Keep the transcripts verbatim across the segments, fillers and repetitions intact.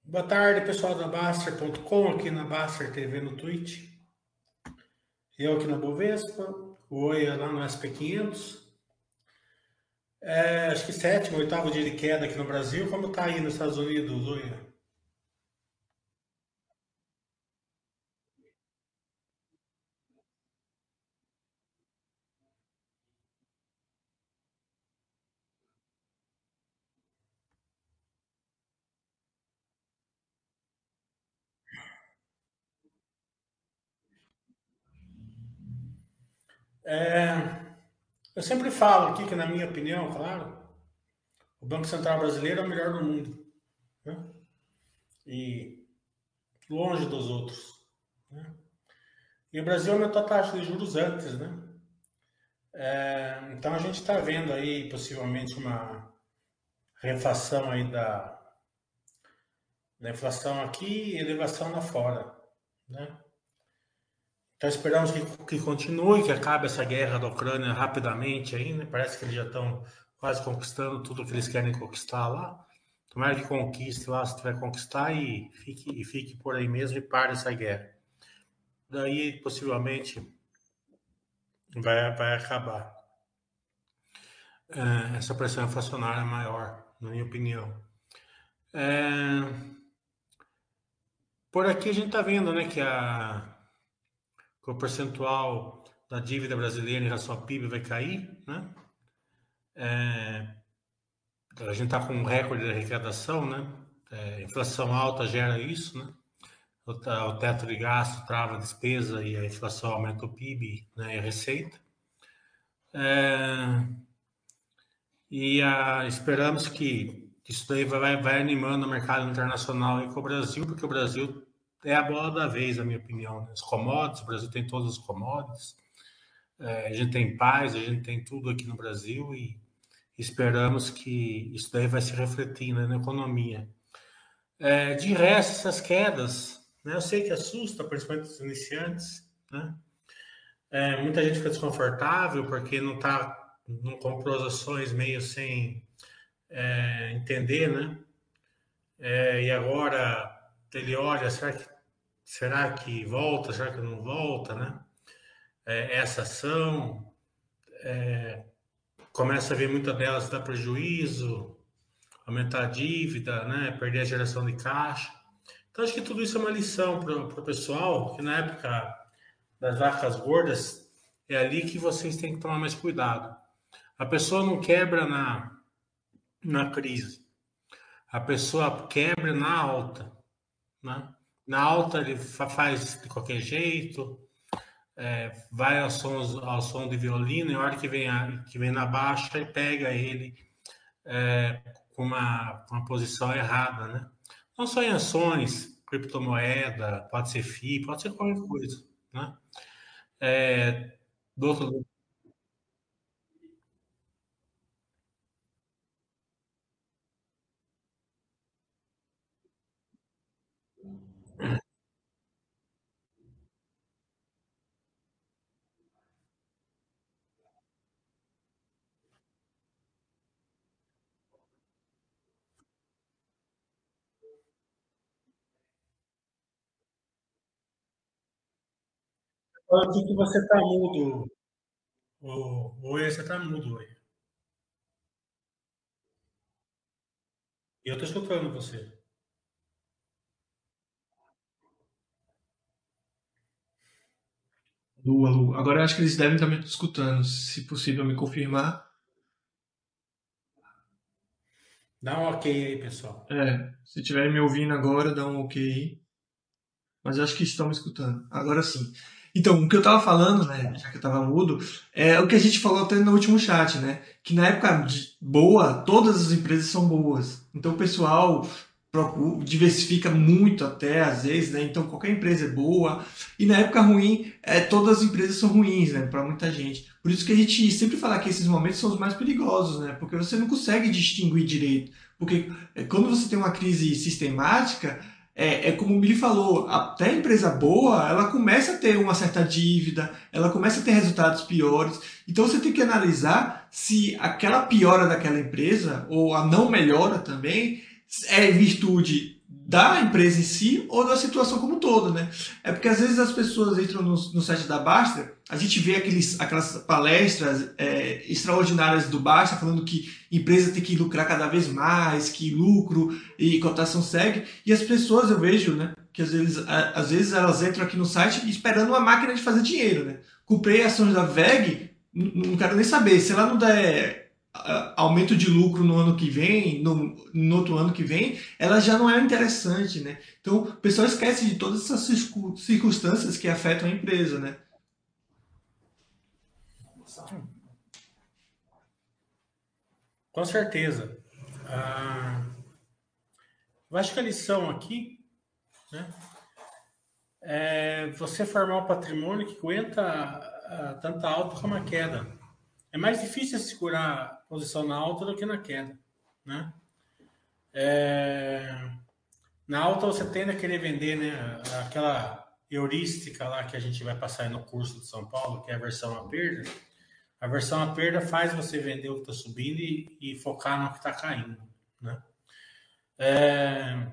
Boa tarde, pessoal da Baster ponto com, aqui na Baster T V no Twitch. Eu aqui na Bovespa, o Oi lá no S P quinhentos. É, acho que sétimo, oitavo dia de queda aqui no Brasil. Como tá aí nos Estados Unidos, Oi? É, eu sempre falo aqui que, na minha opinião, claro, o Banco Central brasileiro é o melhor do mundo, né? E longe dos outros, né? E o Brasil aumentou a taxa de juros antes, né? É, então a gente está vendo aí possivelmente uma refação aí da, da inflação aqui e elevação lá fora, né? Então esperamos que, que continue, que acabe essa guerra da Ucrânia rapidamente aí, né? Parece que eles já estão quase conquistando tudo que eles querem conquistar lá. Tomara que conquiste lá, se tiver que conquistar, e fique, e fique por aí mesmo e pare essa guerra. Daí, possivelmente, vai, vai acabar é, essa pressão inflacionária maior, na minha opinião. É, por aqui a gente está vendo, né, que, a, que o percentual da dívida brasileira em relação ao P I B vai cair, né? É, a gente está com um recorde de arrecadação, né? É, inflação alta gera isso, né? O, o teto de gasto trava a despesa e a inflação aumenta o P I B, né, e a receita. É, e a, esperamos que isso daí vai, vai animando o mercado internacional e com o Brasil, porque o Brasil é a bola da vez, na minha opinião. Né? As commodities, o Brasil tem todas as commodities, é, a gente tem paz, a gente tem tudo aqui no Brasil e esperamos que isso daí vai se refletir, né, na economia. É, de resto, essas quedas, né, eu sei que assusta, principalmente os iniciantes, né? É, muita gente fica desconfortável porque não tá, não comprou as ações meio sem é, entender, né? É, e agora ele olha, será que, será que volta, será que não volta, né? É, essa ação, começa a ver muitas delas dar prejuízo, aumentar a dívida, né? Perder a geração de caixa. Então, acho que tudo isso é uma lição para o pessoal, que na época das vacas gordas, é ali que vocês têm que tomar mais cuidado. A pessoa não quebra na, na crise, a pessoa quebra na alta, né? Na alta ele faz de qualquer jeito, é, vai ao som, ao som de violino, e a hora que vem, a, que vem na baixa e pega ele é, com uma, uma posição errada, né? Não só em ações, criptomoeda, pode ser F I I, pode ser qualquer coisa, né? É, do outro, aqui que você está mudo, o, oi, você está mudo, oi. E eu estou escutando você. Alô, alô. Agora eu acho que eles devem estar me escutando. Se possível, me confirmar. Dá um ok aí, pessoal. É, se estiverem me ouvindo agora, dá um ok aí. Mas eu acho que estão me escutando. Agora sim. Então, o que eu tava falando, né, já que eu tava mudo, é o que a gente falou até no último chat, né? Que na época de- boa, todas as empresas são boas. Então o pessoal procu- diversifica muito até, às vezes, né? Então qualquer empresa é boa. E na época ruim, é, todas as empresas são ruins, né? Para muita gente. Por isso que a gente sempre fala que esses momentos são os mais perigosos, né? Porque você não consegue distinguir direito. Porque é, quando você tem uma crise sistemática, é, é como o Billy falou, até a empresa boa, ela começa a ter uma certa dívida, ela começa a ter resultados piores. Então você tem que analisar se aquela piora daquela empresa, ou a não melhora também, é virtude da empresa em si ou da situação como um todo, né? É porque às vezes as pessoas entram no, no site da Basta, a gente vê aqueles, aquelas palestras é, extraordinárias do Basta falando que empresa tem que lucrar cada vez mais, que lucro e cotação segue, e as pessoas eu vejo, né, que às vezes, a, às vezes elas entram aqui no site esperando uma máquina de fazer dinheiro, né? Comprei ações da V E G, não quero nem saber, se ela não der aumento de lucro no ano que vem, no, no outro ano que vem, ela já não é interessante, né? Então, o pessoal esquece de todas essas circunstâncias que afetam a empresa, né? Com certeza. Ah, eu acho que a lição aqui, né, é você formar um patrimônio que aguenta ah, tanto a alta como a queda. É mais difícil segurar a posição na alta do que na queda, né? É, na alta você tende a querer vender, né? Aquela heurística lá que a gente vai passar aí no curso de São Paulo, que é a versão à perda. A versão à perda faz você vender o que está subindo e, e focar no que está caindo, né? É,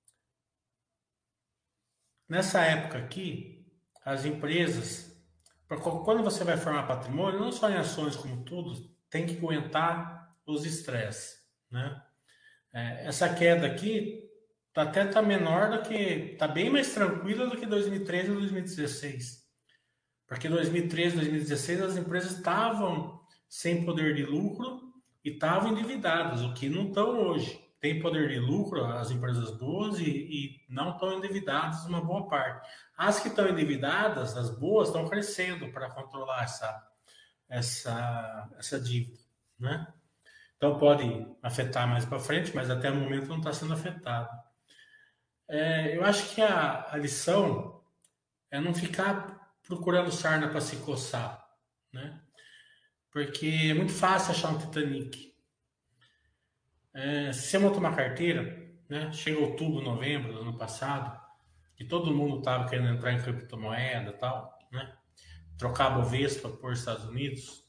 nessa época aqui, as empresas, quando você vai formar patrimônio, não só em ações como tudo, tem que aguentar os estresses, né? É, essa queda aqui tá, até tá menor do que, tá bem mais tranquila do que dois mil e treze e dois mil e dezesseis. Porque dois mil e treze, dois mil e dezesseis as empresas estavam sem poder de lucro e estavam endividadas, o que não estão hoje. Tem poder de lucro as empresas boas e, e não estão endividadas uma boa parte. As que estão endividadas, as boas, estão crescendo para controlar essa, essa, essa dívida, né? Então pode afetar mais para frente, mas até o momento não está sendo afetado. É, eu acho que a, a lição é não ficar procurando sarna para se coçar, né? Porque é muito fácil achar um Titanic. É, se você monta uma carteira, né? Chega outubro, novembro do ano passado, e todo mundo estava querendo entrar em criptomoeda e tal, né? Trocar a Bovespa por Estados Unidos.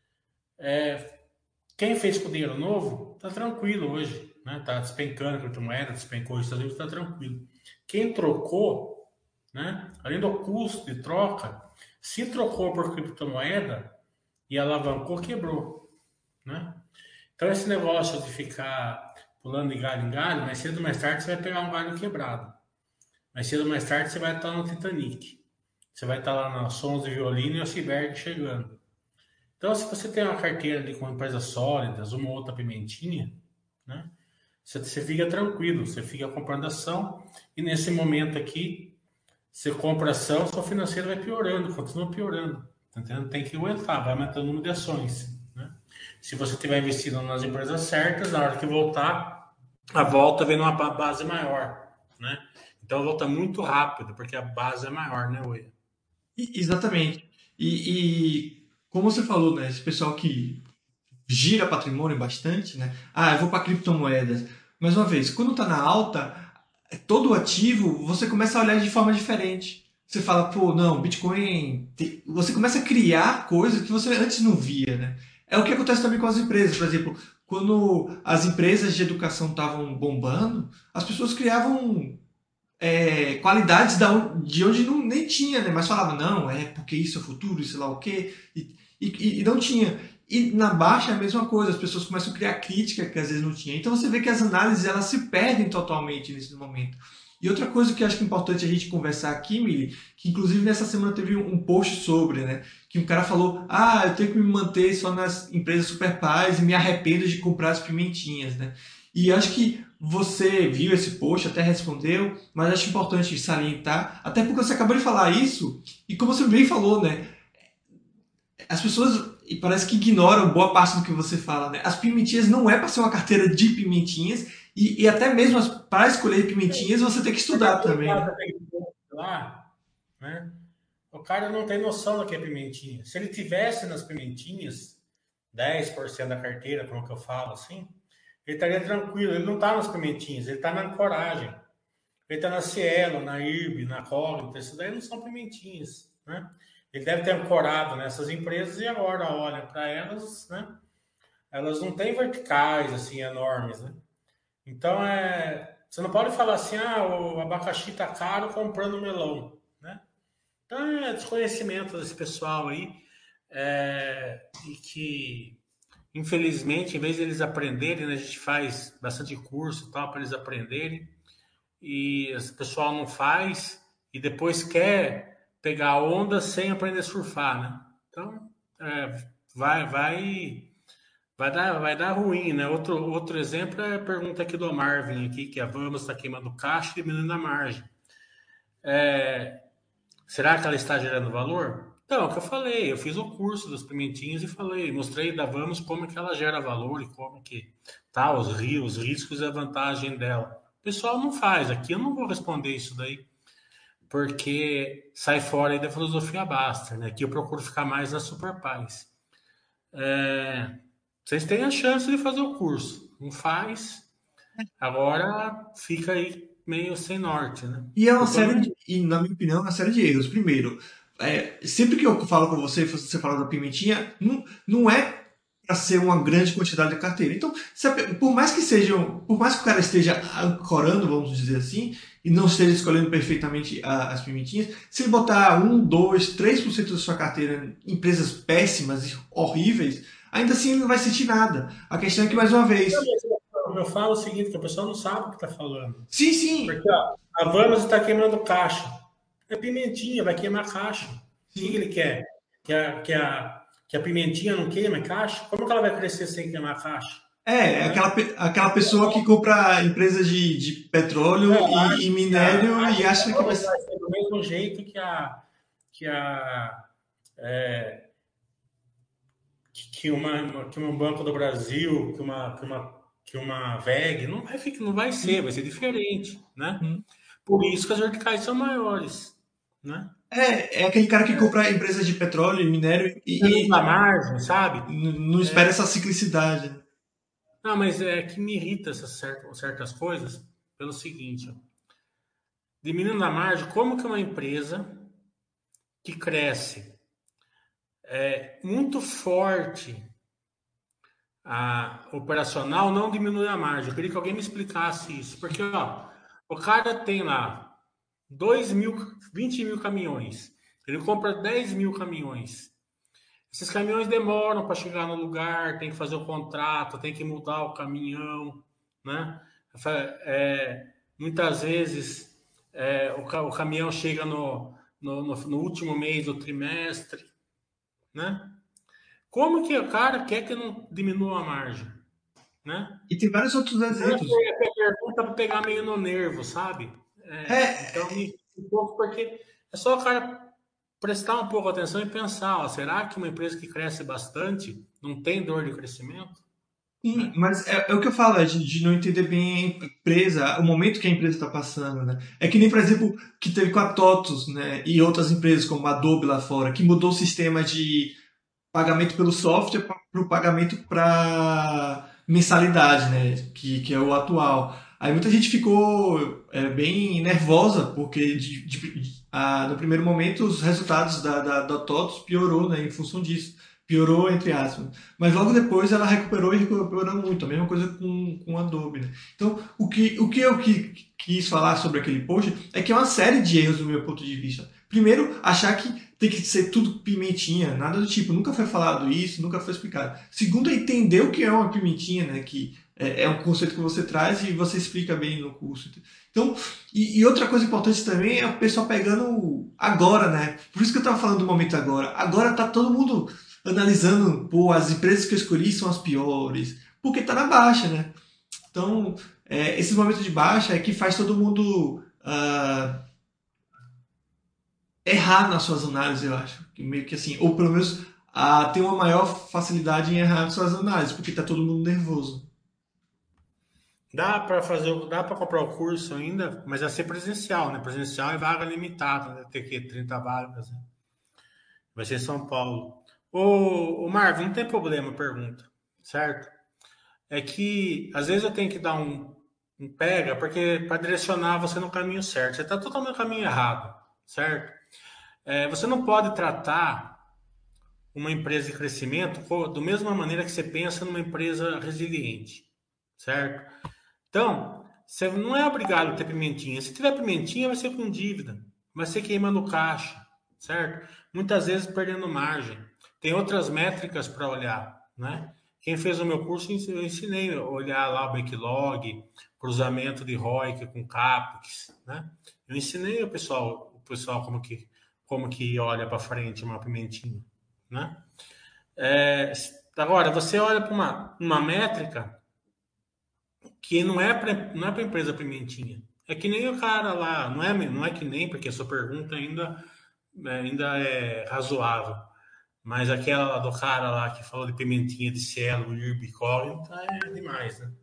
Quem fez com dinheiro novo, tá tranquilo hoje, né? Tá despencando a criptomoeda, despencou os Estados Unidos, tá tranquilo. Quem trocou, né? Além do custo de troca, se trocou por criptomoeda e alavancou, quebrou, né? Então esse negócio de ficar pulando de galho em galho, mais cedo ou mais tarde você vai pegar um galho quebrado. Mais cedo ou mais tarde você vai estar no Titanic. Você vai estar lá nos sons de violino e o iceberg chegando. Então, se você tem uma carteira ali com empresas sólidas, uma outra pimentinha, né? Você, você fica tranquilo, você fica comprando ação e nesse momento aqui, você compra ação, seu financeiro vai piorando, continua piorando. Tá entendendo? Tem que aguentar, vai aumentando o número de ações, né? Se você estiver investindo nas empresas certas, na hora que voltar, a volta vem numa base maior, né? Então volta muito rápido, porque a base é maior, né, Oi? E- exatamente. E, e como você falou, né? Esse pessoal que gira patrimônio bastante, né? Ah, eu vou para criptomoedas. Mais uma vez, quando está na alta, é todo ativo você começa a olhar de forma diferente. Você fala, pô, não, Bitcoin. Tem... Você começa a criar coisas que você antes não via, né? É o que acontece também com as empresas. Por exemplo, quando as empresas de educação estavam bombando, as pessoas criavam é, qualidades da, de onde não, nem tinha, né? Mas falava, não, é porque isso é futuro, sei lá o quê, e, e, e não tinha. E na baixa é a mesma coisa, as pessoas começam a criar crítica que às vezes não tinha. Então você vê que as análises elas se perdem totalmente nesse momento. E outra coisa que eu acho que é importante a gente conversar aqui, Mili, que inclusive nessa semana teve um post sobre, né? Que um cara falou, ah, eu tenho que me manter só nas empresas super pais e me arrependo de comprar as pimentinhas, né? E acho que você viu esse post, até respondeu, mas acho importante salientar, até porque você acabou de falar isso, e como você bem falou, né? As pessoas e parece que ignoram boa parte do que você fala, né? As pimentinhas não é para ser uma carteira de pimentinhas, e, e até mesmo para escolher pimentinhas você tem que Porque estudar aquele também, cara né? tem lá, né? O cara não tem noção do que é pimentinha. Se ele tivesse nas pimentinhas, dez por cento da carteira, como que eu falo assim, ele estaria tranquilo. Ele não está nas pimentinhas, ele está na ancoragem. Ele está na Cielo, na I R B, na Cognita, isso daí não são pimentinhas, né? Ele deve ter ancorado nessas empresas e agora olha para elas, né? Elas não têm verticais assim enormes, né? Então é Você não pode falar assim, ah, o abacaxi tá caro comprando melão, né? Então é desconhecimento desse pessoal aí, é, e que, infelizmente, em vez de eles aprenderem, né, a gente faz bastante curso e tal para eles aprenderem, e esse pessoal não faz e depois quer pegar a onda sem aprender a surfar, né? Então, é, vai, vai, vai dar, vai dar ruim, né? Outro, outro exemplo é a pergunta aqui do Marvin aqui, que a Vamos está queimando caixa e diminuindo a margem. Será que ela está gerando valor? Então, é o que eu falei, eu fiz o curso dos pimentinhos e falei, mostrei da Vamos como é que ela gera valor e como que tá, os, ri- os riscos e a vantagem dela. O pessoal não faz, aqui eu não vou responder isso daí, porque sai fora aí da filosofia Baster, né? Aqui eu procuro ficar mais na Super Paz. É, vocês têm a chance de fazer o curso, não faz, agora fica aí meio sem norte, né? E é uma Eu tô série, no. de, e na minha opinião, é uma série de erros. Primeiro, é, sempre que eu falo com você, você fala da pimentinha, não, não é para ser uma grande quantidade de carteira. Então, se a pe- por mais que sejam, por mais que o cara esteja ancorando, vamos dizer assim, e não esteja escolhendo perfeitamente a- as pimentinhas, se ele botar um, dois, três por cento da sua carteira em empresas péssimas e horríveis, ainda assim ele não vai sentir nada. A questão é que, mais uma vez, Eu falo o seguinte, que a pessoa não sabe o que está falando. sim, sim, Porque ó, a Vamos está queimando caixa. É pimentinha, vai queimar caixa. O que, que sim. ele quer? Que a, que, a, que a pimentinha não queima caixa? Como que ela vai crescer sem queimar caixa? É, Né? aquela, pe- aquela pessoa que compra empresas de, de petróleo e, e Que a, minério e acha que acha a que vai Vamos ser. vai ser do mesmo jeito que a, que a que, uma, que um Banco do Brasil, que uma, que uma, que uma V E G, não vai, ficar- não vai ser, vai ser diferente, né? Hum. Por isso que as verticais são maiores, né? É, é aquele cara que compra empresas de petróleo e minério Não e, dá e margem, sabe? n- não espera essa ciclicidade, né? Não, mas é que me irrita essas certas, certas coisas pelo seguinte, ó. Diminuindo a margem, como que uma empresa que cresce é, muito forte a operacional não diminui a margem? Eu queria que alguém me explicasse isso, porque ó, o cara tem lá dois mil, vinte mil caminhões, ele compra dez mil caminhões. Esses caminhões demoram para chegar no lugar, tem que fazer o contrato, tem que mudar o caminhão, né? É, muitas vezes é, o, o, caminhão chega no, no, no, no último mês do trimestre, né? Como que o cara quer que não diminua a margem, né? E tem vários outros Então, exemplos. é pergunta para pegar meio no nervo, sabe? É, É, então, me um pouco porque é só o cara prestar um pouco atenção e pensar, ó, será que uma empresa que cresce bastante não tem dor de crescimento? sim, Né? mas é, é o que eu falo, é de, de não entender bem a empresa, o momento que a empresa está passando, né? É que nem, por exemplo, que teve com a TOTUS, né? E outras empresas como a Adobe lá fora, que mudou o sistema de pagamento pelo software para o pagamento para mensalidade, né? Que, que é o atual. Aí muita gente ficou é, bem nervosa, porque de, de, de, a, no primeiro momento os resultados da, da, da TOTOS piorou, né? Em função disso. Piorou, entre aspas. Mas logo depois ela recuperou e recuperou muito. A mesma coisa com, com a Adobe, né? Então, o que, o que eu que, quis falar sobre aquele post é que é uma série de erros do meu ponto de vista. Primeiro, achar que tem que ser tudo pimentinha, nada do tipo. Nunca foi falado isso, nunca foi explicado. Segundo, é entender o que é uma pimentinha, né? Que é, é um conceito que você traz e você explica bem no curso. Então, e, e outra coisa importante também é o pessoal pegando agora, né? Por isso que eu estava falando do momento agora. Agora tá todo mundo analisando, pô, as empresas que eu escolhi são as piores, porque tá na baixa, né? Então, é, esses momentos de baixa é que faz todo mundo uh, errar nas suas análises, eu acho. Meio que assim, ou pelo menos uh, ter uma maior facilidade em errar nas suas análises, porque tá todo mundo nervoso. Dá para fazer, dá para comprar o curso ainda, mas vai ser presencial, né? Presencial é vaga limitada, né? Tem que trinta vagas, né? Vai ser São Paulo. Ô, ô Marvin, não tem problema, pergunta, certo? É que às vezes eu tenho que dar um, um pega, porque para direcionar você no caminho certo. Você está totalmente no caminho errado, certo? É, você não pode tratar uma empresa de crescimento da mesma maneira que você pensa numa empresa resiliente, certo? Então, você não é obrigado a ter pimentinha. Se tiver pimentinha, vai ser com dívida, vai ser queimando caixa, certo? Muitas vezes perdendo margem. Tem outras métricas para olhar, né? Quem fez o meu curso, eu ensinei a olhar lá o backlog, cruzamento de R O I C com CAPEX, né? Eu ensinei o pessoal, o pessoal como que, como que olha para frente uma pimentinha, né? É, agora, você olha para uma, uma métrica que não é para não é para empresa pimentinha. É que nem o cara lá, não é, não é que nem, porque a sua pergunta ainda, ainda é razoável. Mas aquela lá do cara lá que falou de pimentinha de cielo, irbe, tá é demais, né?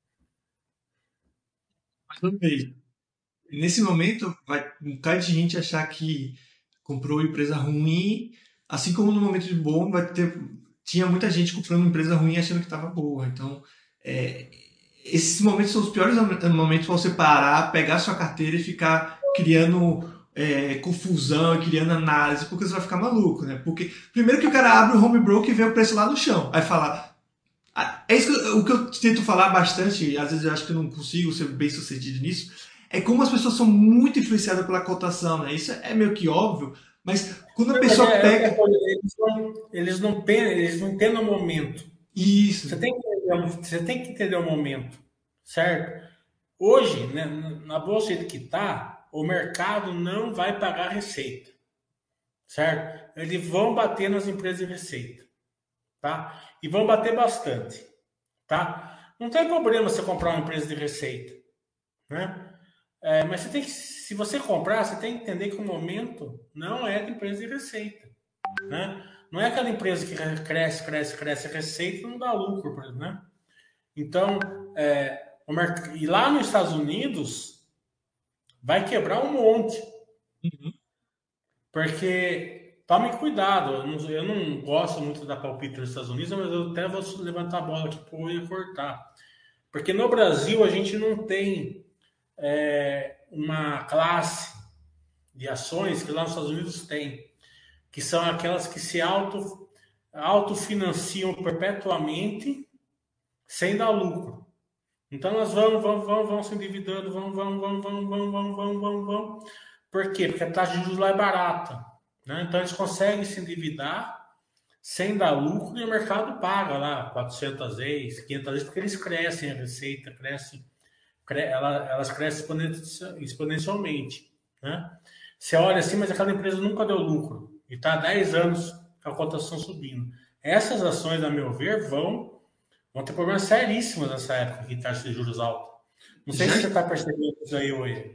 Mas não vejo. Nesse momento, vai um bocado de gente achar que comprou empresa ruim, assim como no momento de bom, vai ter. Tinha muita gente comprando empresa ruim achando que estava boa. Então, é, esses momentos são os piores momentos para você parar, pegar sua carteira e ficar criando é, confusão e criando análise, porque você vai ficar maluco, né? Porque primeiro que o cara abre o home broker e vê o preço lá no chão, aí fala. Ah, é isso que eu, o que eu tento falar bastante, às vezes eu acho que eu não consigo ser bem sucedido nisso, é como as pessoas são muito influenciadas pela cotação, né? Isso é meio que óbvio, mas quando a Mas pessoa é, é outra pega coisa, eles não, eles não, pe- eles não entendem o momento. isso, Você tem que entender, você tem que entender o momento, certo? Hoje, né, na bolsa que está, o mercado não vai pagar receita, certo? Eles vão bater nas empresas de receita, tá? E vão bater bastante, tá? Não tem problema você comprar uma empresa de receita, né? É, mas você tem que, se você comprar, você tem que entender que o momento não é de empresa de receita, né? Não é aquela empresa que cresce, cresce, cresce a receita e não dá lucro, né? Então, é, o merc... e lá nos Estados Unidos vai quebrar um monte, porque tome cuidado. Eu não, eu não gosto muito da palpite nos Estados Unidos, mas eu até vou levantar a bola aqui para o cortar, porque no Brasil a gente não tem é, uma classe de ações que lá nos Estados Unidos tem, que são aquelas que se auto, autofinanciam perpetuamente sem dar lucro. Então nós vamos, vamos, vamos, vamos se endividando, vamos, vamos, vamos, vamos, vamos, vamos, vamos, vamos, vamos. Por quê? Porque a taxa de juros lá é barata, né? Então eles conseguem se endividar sem dar lucro e o mercado paga lá quatrocentas vezes, quinhentas vezes, porque eles crescem a receita, crescem, cre... elas crescem exponencialmente, né? Você olha assim, mas aquela empresa nunca deu lucro e está há dez anos com a cotação subindo. Essas ações, a meu ver, vão Vão ter problemas seríssimos nessa época que taxa de juros alta. Não sei já se você está percebendo isso aí hoje.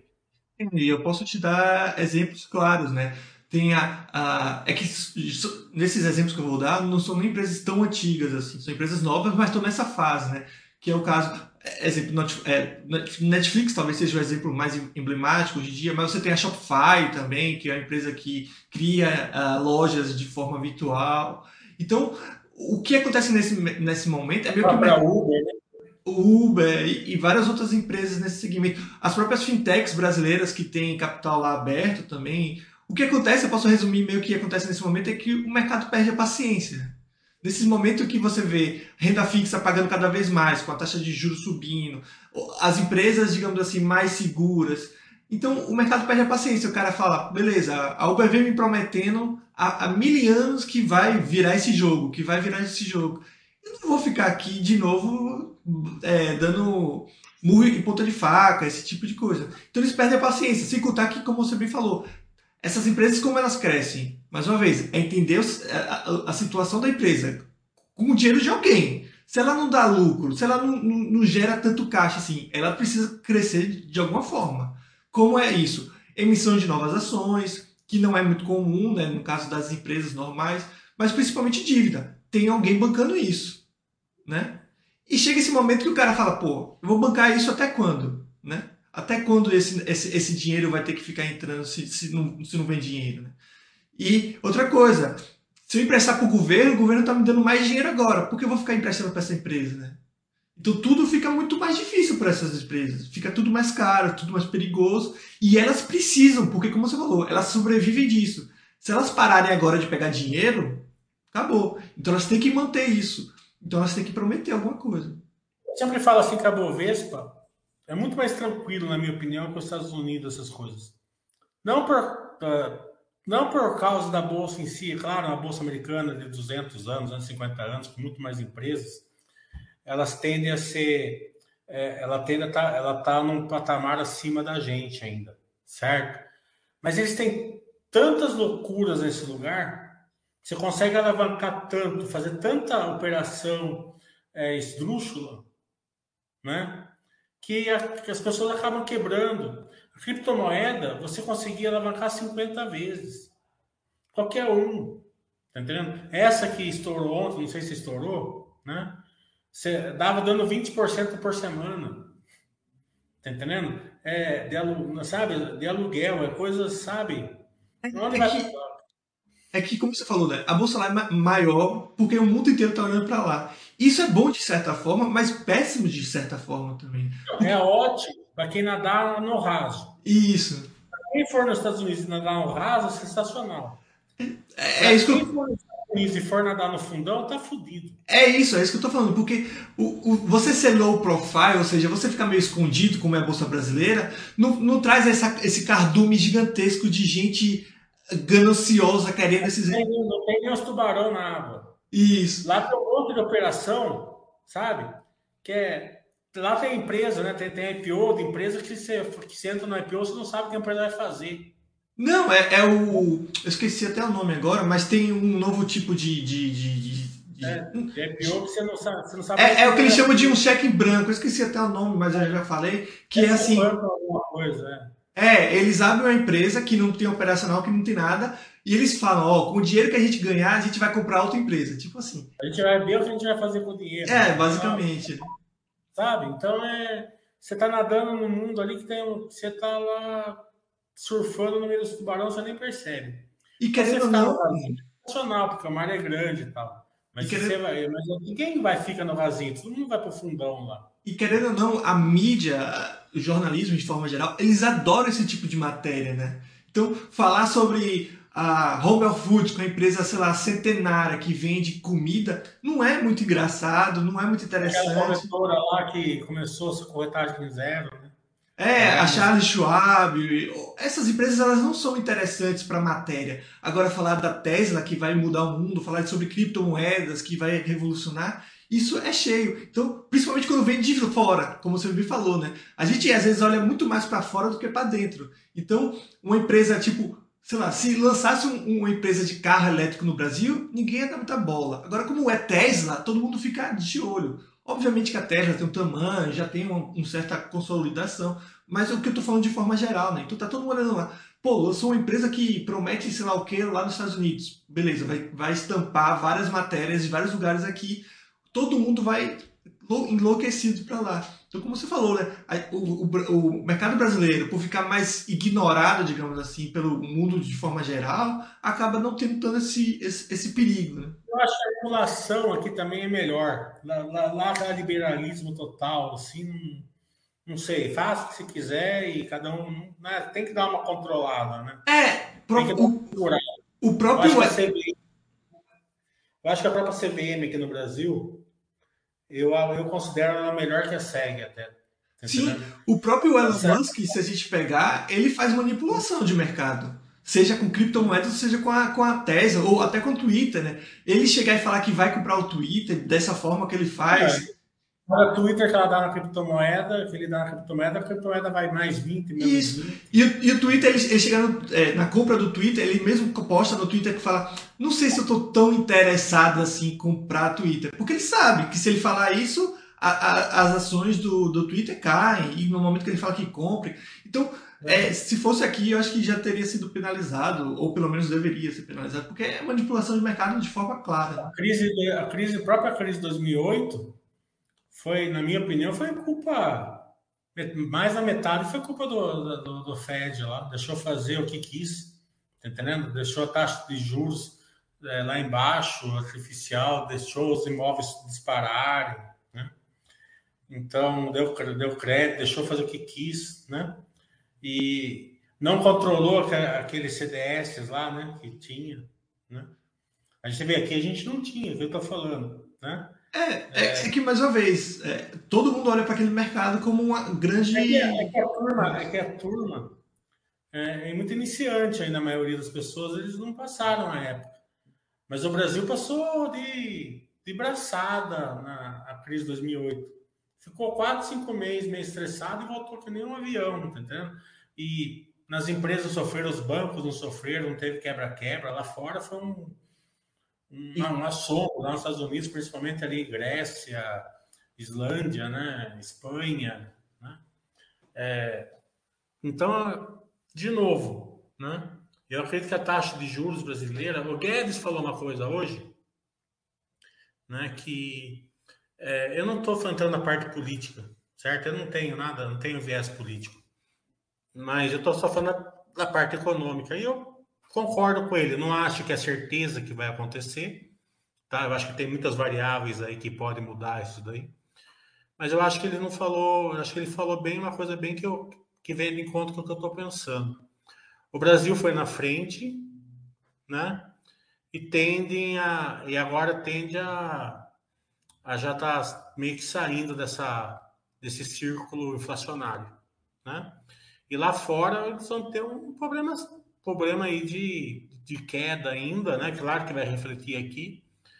e eu posso te dar exemplos claros, né? Tem a, a é que isso- nesses exemplos que eu vou dar não são nem empresas tão antigas assim, são empresas novas, mas estão nessa fase, né? Que é o caso, é, exemplo, Not- é, Netflix talvez seja o exemplo mais emblemático hoje em dia, mas você tem a Shopify também, que é a empresa que cria ah, lojas de forma virtual. Então, o que acontece nesse, nesse momento é meio que o Para mercado Uber, né? o Uber e, e várias outras empresas nesse segmento. As próprias fintechs brasileiras que têm capital lá aberto também. O que acontece, eu posso resumir meio o que acontece nesse momento, é que o mercado perde a paciência. Nesse momento que você vê renda fixa pagando cada vez mais, com a taxa de juros subindo, as empresas, digamos assim, mais seguras. Então o mercado perde a paciência. O cara fala, beleza, a Uber vem me prometendo há, há mil anos que vai virar esse jogo, que vai virar esse jogo. Eu não vou ficar aqui de novo é, dando murro em ponta de faca, esse tipo de coisa. Então eles perdem a paciência, sem contar que, como você bem falou, essas empresas, como elas crescem? Mais uma vez, é entender a, a, a situação da empresa com o dinheiro de alguém. Se ela não dá lucro, se ela não, não, não gera tanto caixa assim, ela precisa crescer de alguma forma. Como é isso? Emissão de novas ações, que não é muito comum, né, no caso das empresas normais, mas principalmente dívida. Tem alguém bancando isso, né? E chega esse momento que o cara fala, pô, eu vou bancar isso até quando, né? Até quando esse, esse, esse dinheiro vai ter que ficar entrando se, se, não, se não vem dinheiro, né? E outra coisa, se eu emprestar para o governo, o governo está me dando mais dinheiro agora. Por que eu vou ficar emprestando para essa empresa, né? Então tudo fica muito mais difícil para essas empresas. Fica tudo mais caro, tudo mais perigoso. E elas precisam, porque como você falou, elas sobrevivem disso. Se elas pararem agora de pegar dinheiro, acabou. Então elas têm que manter isso. Então elas têm que prometer alguma coisa. Eu sempre falo assim que a Bovespa, é muito mais tranquilo, na minha opinião, que os Estados Unidos, essas coisas. Não por, uh, não por causa da bolsa em si, é claro, uma bolsa americana de duzentos anos, duzentos e cinquenta anos, com muito mais empresas, elas tendem a ser, é, ela tende a tá, ela tá num patamar acima da gente ainda, certo? Mas eles têm tantas loucuras nesse lugar, você consegue alavancar tanto, fazer tanta operação é, esdrúxula, né? Que, a, que as pessoas acabam quebrando. A criptomoeda, você conseguia alavancar cinquenta vezes. Qualquer um. Tá entendendo? Essa que estourou ontem, não sei se estourou, né? Você dava dando vinte por cento por semana. Tá entendendo? É, de, alu, sabe, de aluguel, é coisa, sabe? Onde É vai. que, é que, como você falou, né? A bolsa lá é ma- maior porque o mundo inteiro está olhando para lá. Isso é bom de certa forma, mas péssimo de certa forma também. É Porque, ótimo para quem nadar no raso. isso. Quem for nos Estados Unidos e nadar no raso, é sensacional. É, é Para isso que quem eu, for nos Estados Unidos e for nadar no fundão, tá fudido. É isso, é isso que eu tô falando, porque o, o- você ser low profile, ou seja, você ficar meio escondido, como é a Bolsa Brasileira, não, não traz essa, esse cardume gigantesco de gente gananciosa querendo esses. Tem, não tem nem os tubarão na água. Isso. Lá tem um monte de operação, sabe? Que é. Lá tem empresa, né? Tem, tem I P O de empresa que você, que você entra no I P O, você não sabe o que a empresa vai fazer. Não, é, é o. Eu esqueci até o nome agora, mas tem um novo tipo de. de, de, de- Né? de- De I P O que você não sabe, você não sabe nem é, é quem o que vai eles chamam de abrir. um cheque em branco. Eu esqueci até o nome, mas eu já falei. Que é Essa assim: planta alguma coisa, né? É, eles abrem uma empresa que não tem operacional, que não tem nada, e eles falam, ó, com o dinheiro que a gente ganhar, a gente vai comprar outra empresa. Tipo assim. A gente vai ver o que a gente vai fazer com o dinheiro. É, Então, basicamente. sabe? Então é. Você tá nadando num mundo ali que tem um. Você tá lá surfando no meio dos tubarões, você nem percebe. E Você querendo ou ficar não, no rasinho é nacional, porque o mar é grande e tal. e Mas se você querendo, vai. Mas ninguém vai ficar no rasinho, todo mundo vai pro fundão lá. e querendo ou não, a mídia, o jornalismo de forma geral, eles adoram esse tipo de matéria, né? Então, falar sobre a Home Foods, com a empresa, sei lá, centenária que vende comida, não é muito engraçado, não é muito Aquela interessante. corretora lá que começou essa corretagem zero, né? Para É, a ganhar nos. Charles Schwab, essas empresas elas não são interessantes para a matéria. Agora falar da Tesla que vai mudar o mundo, falar sobre criptomoedas que vai revolucionar, isso é cheio. Então, principalmente quando vem de fora, como você me falou, né? A gente às vezes olha muito mais para fora do que para dentro. Então, uma empresa tipo, sei lá, se lançasse um- uma empresa de carro elétrico no Brasil, ninguém ia dar muita bola. Agora, como é Tesla, todo mundo fica de olho. Obviamente que a Tesla tem um tamanho, já tem uma, uma certa consolidação, mas o que eu tô falando de forma geral, né? Então tá todo mundo olhando lá. Pô, eu sou uma empresa que promete sei lá o que lá nos Estados Unidos. Beleza, vai, vai estampar várias matérias de vários lugares aqui. Todo mundo vai enlouquecido para lá. Então, como você falou, né? O, o, o mercado brasileiro, por ficar mais ignorado, digamos assim, pelo mundo de forma geral, acaba não tendo tanto esse, esse, esse perigo, né? Eu acho que a regulação aqui também é melhor. Lá, lá, lá é liberalismo total, assim, não, não sei, faça o que você quiser e cada um, né, tem que dar uma controlada, né? É, Tem que dar uma o, segurada. o Eu acho próprio. que a C B M, eu acho que a própria C B M aqui no Brasil, eu, eu considero ela melhor que a SEG até. Tá Sim, entendendo? o próprio Elon Essa, Musk, se a gente pegar, ele faz manipulação de mercado. Seja com criptomoedas, seja com a, com a Tesla, ou até com o Twitter, né? Ele chegar e falar que vai comprar o Twitter dessa forma que ele faz. cada Twitter que ela dá na criptomoeda, que ele dá na criptomoeda, a criptomoeda vai mais vinte, menos Isso. vinte. E, o- e o Twitter, ele, ele chega no- é, na compra do Twitter, ele mesmo posta no Twitter que fala: Não sei se eu tô tão interessado assim em comprar Twitter. Porque ele sabe que se ele falar isso, a- a- as ações do, do Twitter caem. E no momento que ele fala que compre. Então, é, se fosse aqui, eu acho que já teria sido penalizado, ou pelo menos deveria ser penalizado, porque é manipulação de mercado de forma clara. Né? A crise, a crise, a própria crise de dois mil e oito foi, na minha opinião, foi culpa, mais da metade foi culpa do, do, do Fed lá, deixou fazer o que quis, tá entendendo? Deixou a taxa de juros é, lá embaixo, artificial, deixou os imóveis dispararem, né? Então, deu, deu crédito, deixou fazer o que quis, né? E não controlou aqueles C D S lá, né? Que tinha, né? A gente vê aqui, a gente não tinha, é o que eu tô falando, né? É, é, é que, mais uma vez, é, todo mundo olha para aquele mercado como uma grande. É que, é que a turma, é que a turma é, é muito iniciante ainda, a maioria das pessoas, eles não passaram a época. Mas o Brasil passou de, de braçada na a crise de dois mil e oito. Ficou quatro, cinco meses meio estressado e voltou que nem um avião, tá entendendo? E nas empresas sofreram, os bancos não sofreram, não teve quebra-quebra. Lá fora foi um, um, E, um assombro, lá nos Estados Unidos, principalmente ali Grécia, Islândia, né? Espanha, né? Então, de novo, né? Eu acredito que a taxa de juros brasileira, o Guedes falou uma coisa hoje, né? Que é, eu não estou entrando na parte política, certo? Eu não tenho nada, não tenho viés político, mas eu estou só falando da, da parte econômica. E eu concordo com ele. Não acho que é certeza que vai acontecer, tá? Eu acho que tem muitas variáveis aí que podem mudar isso daí. Mas eu acho que ele não falou, eu acho que ele falou bem uma coisa bem que eu que vem de encontro com o que eu estou pensando. O Brasil foi na frente, né? E tendem a e agora tende a, a já estar meio que saindo dessa desse círculo inflacionário, né? E lá fora eles vão ter um problema problema aí de, de queda ainda, né? Claro que vai refletir aqui,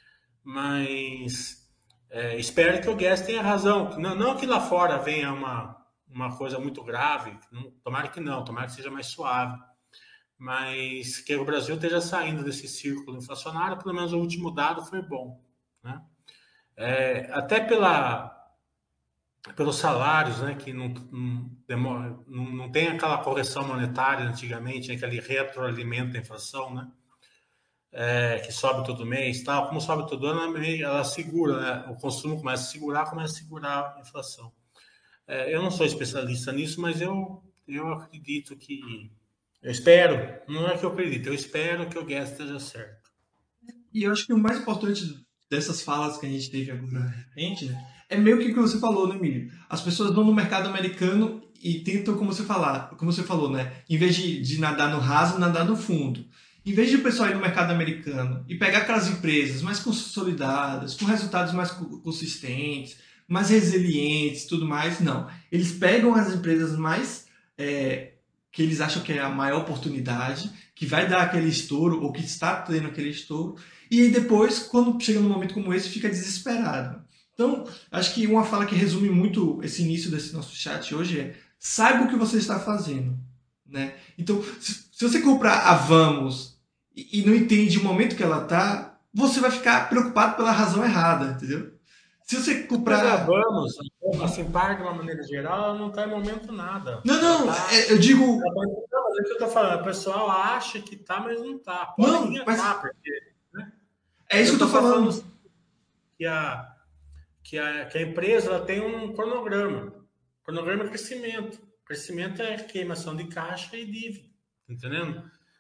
mas é, espero que o Guedes tenha razão. Não, não que lá fora venha uma, uma coisa muito grave, não, tomara que não, tomara que seja mais suave, mas que o Brasil esteja saindo desse círculo inflacionário, pelo menos o último dado foi bom, né? É, até pela, pelos salários, né, que não, não, demora, não, não tem aquela correção monetária antigamente, né, que ele retroalimenta a inflação, né? É, que sobe todo mês, tal. Como sobe todo ano, ela segura, né? O consumo começa a segurar, começa a segurar a inflação. É, eu não sou especialista nisso, mas eu, eu acredito que. Eu espero, não é que eu acredito, eu espero que o Guedes esteja certo. e eu acho que o mais importante dessas falas que a gente teve agora, gente, né, é meio que o que você falou, né, Emílio? As pessoas vão no mercado americano e tentam, como você falar, como você falou, né? Em vez de, de nadar no raso, nadar no fundo. Em vez de o pessoal ir no mercado americano e pegar aquelas empresas mais consolidadas, com resultados mais consistentes, mais resilientes, tudo mais, não. Eles pegam as empresas mais é, que eles acham que é a maior oportunidade, que vai dar aquele estouro ou que está tendo aquele estouro, e aí depois, quando chega num momento como esse, fica desesperado. Então, acho que uma fala que resume muito esse início desse nosso chat hoje é: saiba o que você está fazendo, né? Então, se, se você comprar a Vamos e, e não entende o momento que ela está, você vai ficar preocupado pela razão errada, entendeu? Se você Mas a comprar. Vamos, assim, par de uma maneira geral, ela não está em momento nada. Não, Ela não, está. é, eu digo. Não, mas é o que eu estou falando, o pessoal acha que tá, mas não tá. Pode Não, vir a tá, mas porque. Né? é Eu isso que eu estou tô só falando falando. que a, que a, que a empresa ela tem um cronograma. Cronograma é crescimento. Crescimento é queimação de caixa e dívida. Entendendo?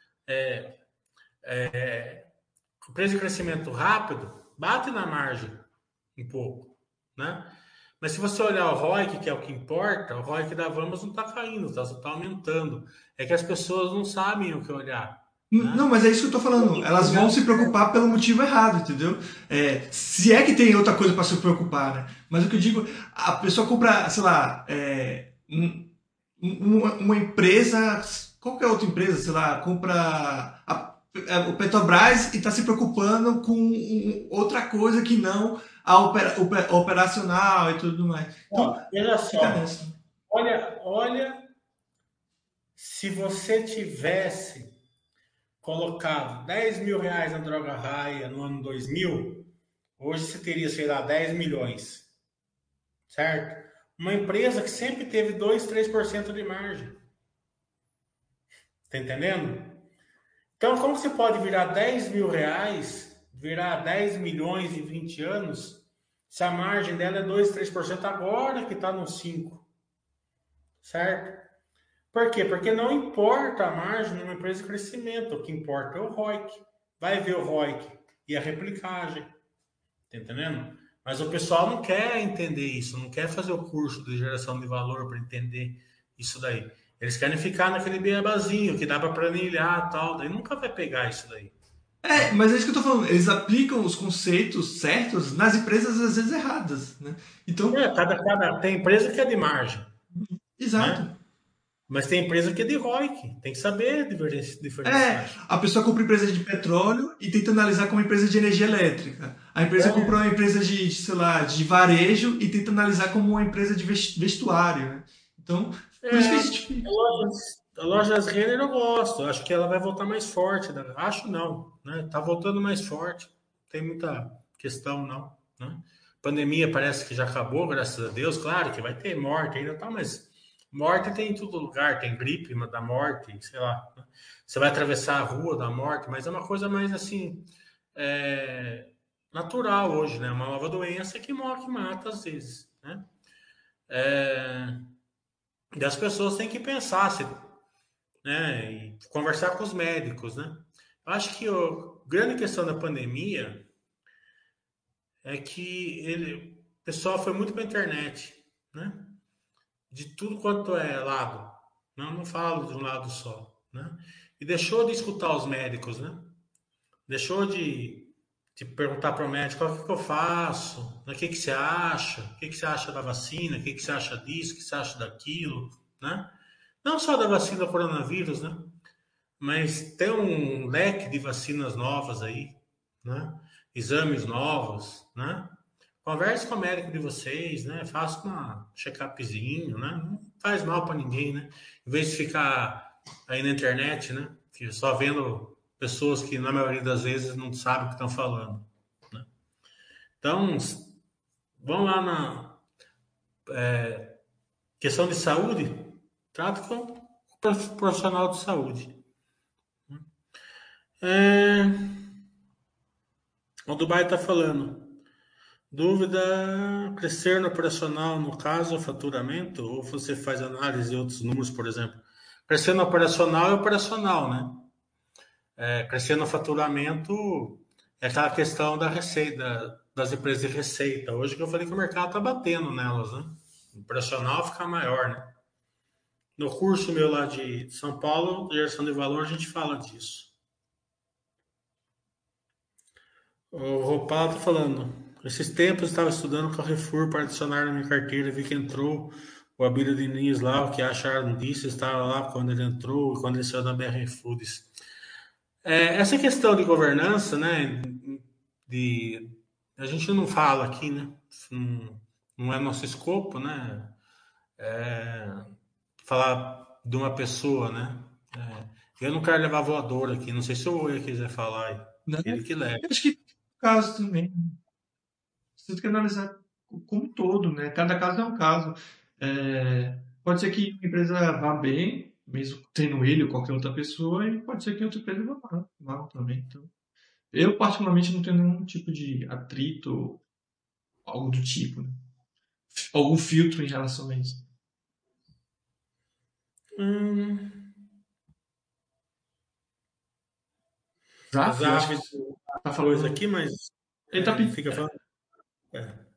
Empresa de crescimento rápido, bate na margem um pouco. Né? Mas se você olhar o R O I C, que é o que importa, o R O I C da Vamos não está caindo, está tá aumentando. É que as pessoas não sabem o que olhar. Não, Né? mas é isso que eu tô falando. Elas vão se preocupar pelo motivo errado, entendeu? É, se é que tem outra coisa para se preocupar, né? Mas o que eu digo, a pessoa compra, sei lá, é, um- um- uma, uma empresa, qualquer outra empresa, sei lá, compra a- é, o Petrobras e está se preocupando com um- outra coisa que não a opera- ope- operacional e tudo mais. Então, Ó, veja fica só, nessa. olha, olha, se você tivesse colocado dez mil reais na droga raia no ano dois mil, hoje você teria, sei lá, dez milhões, certo? Uma empresa que sempre teve dois, três por cento de margem. Tá entendendo? Então, como você pode virar dez mil reais, virar dez milhões em vinte anos, se a margem dela é dois, três por cento agora que está no cinco, certo? Por quê? Porque não importa a margem numa empresa de crescimento, o que importa é o R O I C. Vai ver o R O I C e a replicagem, tá entendendo? Mas o pessoal não quer entender isso, não quer fazer o curso de geração de valor para entender isso daí. Eles querem ficar naquele beabazinho que dá para planilhar e tal, daí nunca vai pegar isso daí. É, mas é isso que eu tô falando. Eles aplicam os conceitos certos nas empresas às vezes erradas, né? Então, É, cada, cada, tem empresa que é de margem, exato. né? Mas tem empresa que é de R O I C, tem que saber diferen- É, diferenciar. a pessoa compra empresa de petróleo e tenta analisar como empresa de energia elétrica. A empresa compra É, uma empresa de, sei lá, de varejo e tenta analisar como uma empresa de ves- vestuário, né? Então, por isso que a é, gente a fica. loja, a loja Renner eu gosto, acho que ela vai voltar mais forte. Né? Acho não, né? Tá voltando mais forte, tem muita questão não, né? Pandemia parece que já acabou, graças a Deus. Claro que vai ter morte ainda, tá, mas morte tem em todo lugar, tem gripe da morte, sei lá. Né? Você vai atravessar a rua da morte, mas é uma coisa mais assim, é, natural hoje, né? Uma nova doença que morre, que mata às vezes, né? É, e as pessoas têm que pensar, se, né? E conversar com os médicos, né? Eu acho que a grande questão da pandemia é que ele, o pessoal foi muito para a internet, né? De tudo quanto é lado. Não, não falo de um lado só, né? E deixou de escutar os médicos, né? Deixou de, de perguntar para o médico: o que, que eu faço, né? O que, que você acha, o que, que você acha da vacina, o que, que você acha disso, o que você acha daquilo, né? Não só da vacina do coronavírus, né? Mas tem um leque de vacinas novas aí, né? Exames novos, né? Converse com o médico de vocês, né? Faça uma check-upzinho, né? Não faz mal para ninguém, né? Em vez de ficar aí na internet, né? Só vendo pessoas que na maioria das vezes não sabem o que estão falando, né? Então, vão lá na questão de saúde, trata com o profissional de saúde. É, o Dubai está falando. Dúvida: crescer no operacional, no caso, faturamento, ou você faz análise de outros números, por exemplo? Crescer no operacional é operacional, né? É, crescer no faturamento é aquela questão da receita, das empresas de receita. Hoje que eu falei que o mercado está batendo nelas, né? O operacional fica maior, né? No curso meu lá de São Paulo, de geração de valor, a gente fala disso. O Ropala tá falando. Esses tempos eu estava estudando Carrefour para adicionar na minha carteira. Vi que entrou o Abílio Diniz lá, o que acharam disso. Estava lá quando ele entrou, quando ele saiu da B R Foods. É, essa questão de governança, né? De, a gente não fala aqui, né? Não, não é nosso escopo, né? Falar de uma pessoa, né? É, eu não quero levar voador aqui. Não sei se o Oi quiser falar aí. Né? Ele que leva. Eu acho que caso também. Você tem que analisar como um todo, né? Cada caso é um caso. É, pode ser que uma empresa vá bem, mesmo tendo ele ou qualquer outra pessoa, e pode ser que outra empresa vá mal, mal também. Então, eu, particularmente, não tenho nenhum tipo de atrito, algo do tipo, né? Algum filtro em relação a isso. Hum, as Zaf, eu acho que aves tá coisa falando. aqui, mas Ele tá, é, pe- fica falando. É.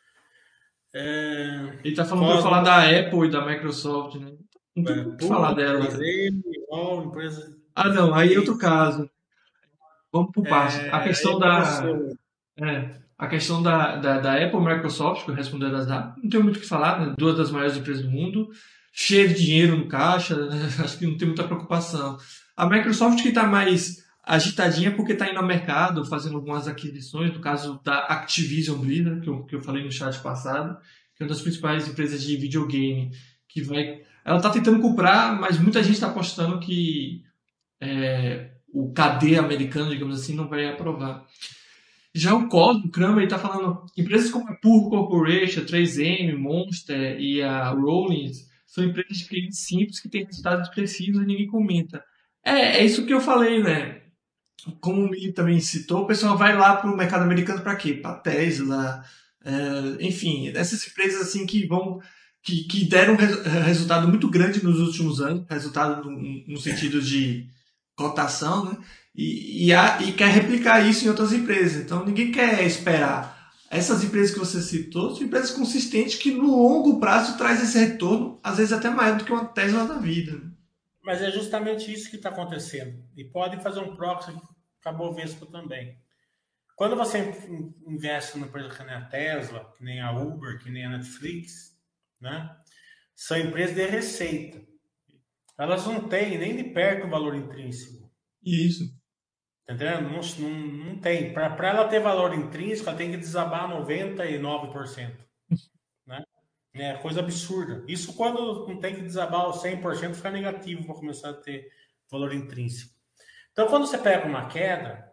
É, ele tá falando para eu Cosmo, falar da Apple e da Microsoft, né? Não tem é, muito o que falar Puma, dela. três M, Ol, empresa Ah, não, aí é que outro caso. Vamos por partes. A é, questão aí para da, você. É, a questão da, da, da Apple e Microsoft, que eu respondi das Apple, não tenho muito o que falar, né? Duas das maiores empresas do mundo, cheio de dinheiro no caixa, né? Acho que não tem muita preocupação. A Microsoft que está mais agitadinha porque está indo ao mercado, fazendo algumas aquisições, no caso da Activision Blizzard, que eu, que eu falei no chat passado, que é uma das principais empresas de videogame, que vai... Ela está tentando comprar, mas muita gente está apostando que é, o K D americano, digamos assim, não vai aprovar. Já o Cosmo, o Kramer, ele tá falando, empresas como a Purro Corporation, três M, Monster e a Rollins são empresas de clientes simples que têm resultados expressivos e ninguém comenta. É, é isso que eu falei, né? Como o Mi também citou, o pessoal vai lá pro mercado americano para quê? Para Tesla, é, enfim, essas empresas assim que vão que, que deram um res- resultado muito grande nos últimos anos, resultado no, no sentido de cotação, né? E, e, a, e quer replicar isso em outras empresas. Então ninguém quer esperar. Essas empresas que você citou são empresas consistentes que no longo prazo traz esse retorno, às vezes até maior do que uma Tesla da vida. Né? Mas é justamente isso que está acontecendo. E pode fazer um proxy. com a Bovespa também. Quando você investe numa empresa que nem a Tesla, que nem a Uber, que nem a Netflix, né? São empresas de receita. Elas não têm nem de perto o valor intrínseco. Isso. Entendeu? Não, não, não tem. Para ela ter valor intrínseco, ela tem que desabar noventa e nove por cento. Né? É coisa absurda. Isso quando não tem que desabar o cem por cento, fica negativo para começar a ter valor intrínseco. Então, quando você pega uma queda,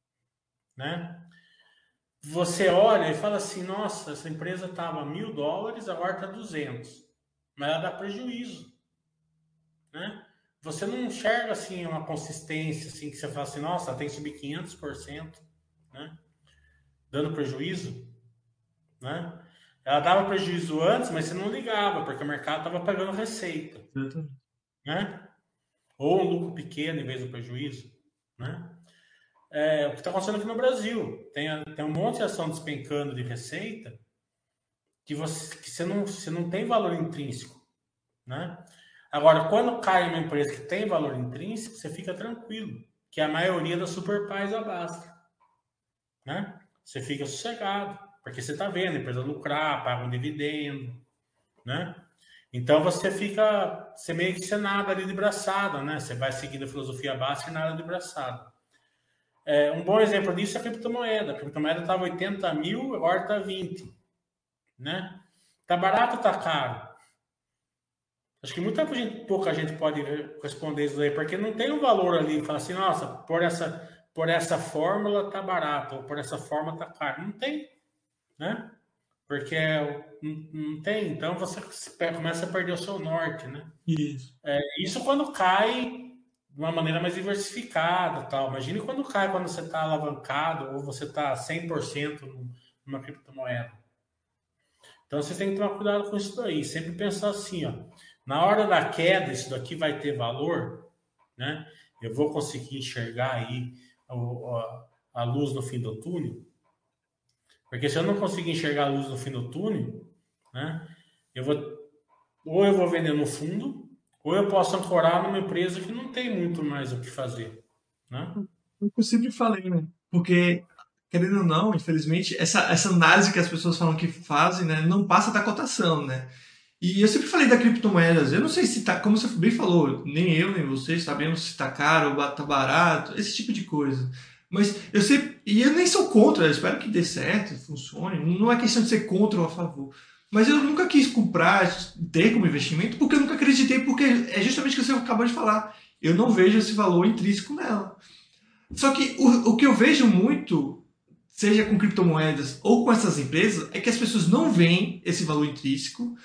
né? Você olha e fala assim, nossa, essa empresa estava mil dólares, agora está duzentos. Mas ela dá prejuízo. Né? Você não enxerga assim uma consistência assim que você fala assim, nossa, ela tem que subir quinhentos por cento, né? Dando prejuízo, né? Ela dava prejuízo antes, mas você não ligava, porque o mercado estava pagando receita, né? Ou um lucro pequeno em vez do prejuízo, né? É, o que está acontecendo aqui no Brasil, tem, tem um monte de ação despencando de receita que você, que você, não, você não tem valor intrínseco, né? Agora, quando cai uma empresa que tem valor intrínseco, você fica tranquilo, que a maioria das Superpais abasta, né? Você fica sossegado, porque você está vendo a empresa lucrar, paga um dividendo, né? Então você fica, você meio que você nada ali de braçada, né? Você vai seguindo a filosofia básica e nada de braçada. É, um bom exemplo disso é a criptomoeda. A criptomoeda estava oitenta mil, agora está vinte, né? Tá barato ou tá caro? Acho que muita gente, pouca gente pode responder isso aí, porque não tem um valor ali, fala assim, nossa, por essa, por essa fórmula tá barato, ou por essa forma tá caro. Não tem, né? Porque não, não tem, então você começa a perder o seu norte, né? Isso. É, isso quando cai de uma maneira mais diversificada, tal. Imagine quando cai, quando você está alavancado, ou você está cem por cento numa criptomoeda. Então você tem que tomar cuidado com isso daí, sempre pensar assim, ó, na hora da queda, isso daqui vai ter valor, né? Eu vou conseguir enxergar aí a, a, a luz no fim do túnel, porque se eu não conseguir enxergar a luz no fim do túnel, né? Eu vou, ou eu vou vender no fundo, ou eu posso ancorar numa empresa que não tem muito mais o que fazer, né? É o que eu sempre falei, né? Porque, querendo ou não, infelizmente, essa, essa análise que as pessoas falam que fazem, né, não passa da cotação, né? E eu sempre falei da criptomoedas, eu não sei se tá, como você bem falou, nem eu nem você sabemos se tá caro ou tá barato, esse tipo de coisa. Mas eu sei, e eu nem sou contra, eu espero que dê certo, funcione, não é questão de ser contra ou a favor. Mas eu nunca quis comprar, ter como investimento, porque eu nunca acreditei, porque é justamente o que você acabou de falar. Eu não vejo esse valor intrínseco nela. Só que o, o que eu vejo muito, seja com criptomoedas ou com essas empresas, é que as pessoas não veem esse valor intrínseco,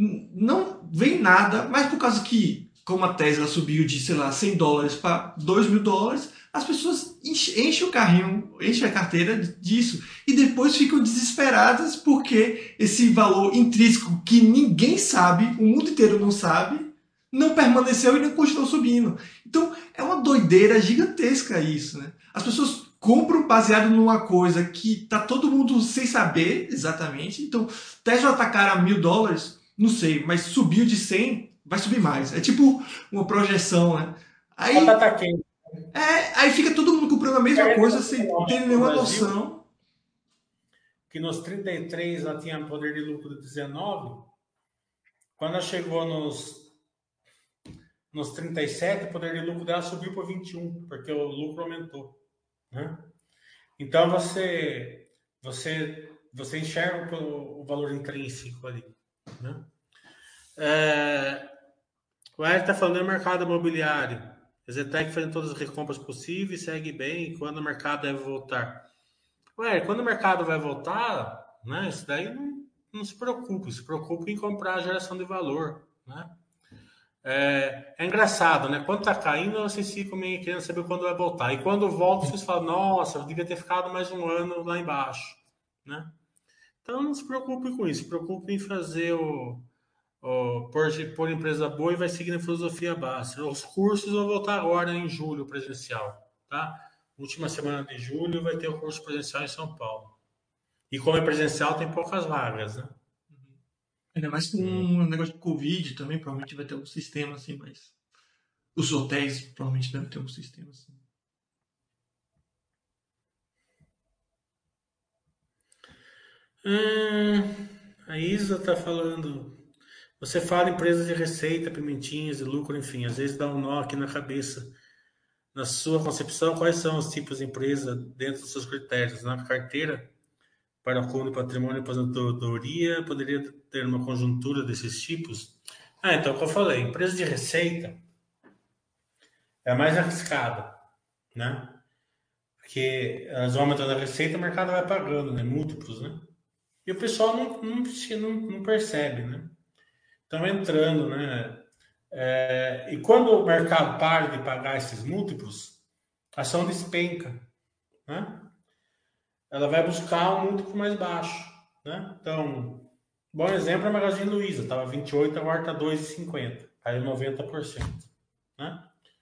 não veem nada, mas por causa que, como a Tesla subiu de, sei lá, cem dólares para dois mil dólares, as pessoas enchem o carrinho, enchem a carteira disso. E depois ficam desesperadas porque esse valor intrínseco que ninguém sabe, o mundo inteiro não sabe, não permaneceu e não continuou subindo. Então, é uma doideira gigantesca isso, né? As pessoas compram baseado numa coisa que tá todo mundo sem saber exatamente. Então, Tesla tá cara a mil dólares, não sei, mas subiu de cem, vai subir mais. É tipo uma projeção, né? Aí, Batata quente. é, aí fica todo mundo comprando a mesma coisa sem ter No nenhuma Brasil, noção. que nos trinta e três ela tinha poder de lucro de dezenove, quando ela chegou nos, nos trinta e sete, o poder de lucro dela subiu para vinte e um, porque o lucro aumentou. Né? Então você, você, você enxerga o, o valor intrínseco ali. Né? É, o Eric está falando do mercado imobiliário. A Zetec fazendo todas as recompras possíveis, segue bem. Quando o mercado deve voltar? Ué, quando o mercado vai voltar, né? Isso daí não, não se preocupe, se preocupe em comprar a geração de valor, né? É, é engraçado, né? Quando tá caindo, vocês ficam meio querendo saber quando vai voltar. E quando volta, vocês falam, nossa, eu devia ter ficado mais um ano lá embaixo, né? Então não se preocupe com isso, se preocupe em fazer o, o por, por empresa boa e vai seguindo a filosofia básica. Os cursos vão voltar agora em julho presencial, tá? Última semana de julho vai ter o curso presencial em São Paulo. E como é presencial, tem poucas vagas, né? Ainda mais com Hum. um negócio de Covid também, provavelmente vai ter um sistema assim, mas os hotéis provavelmente devem ter um sistema assim. Hum, a Isa está falando. Você fala empresas de receita, pimentinhas, de lucro, enfim, às vezes dá um nó aqui na cabeça. Na sua concepção, quais são os tipos de empresa dentro dos seus critérios? Na carteira, para fundo, patrimônio e aposentadoria, poderia ter uma conjuntura desses tipos? Ah, então, como eu falei, empresa de receita é a mais arriscada, né? Porque elas vão aumentando a receita, o mercado vai pagando, né? Múltiplos, né? E o pessoal não, não, não, não percebe, né? Estão entrando, né? É, e quando o mercado para de pagar esses múltiplos, a ação despenca, né? Ela vai buscar um múltiplo mais baixo, né? Então, bom exemplo é a Magazine Luiza, estava vinte e oito, agora está dois e cinquenta, caiu noventa por cento, né?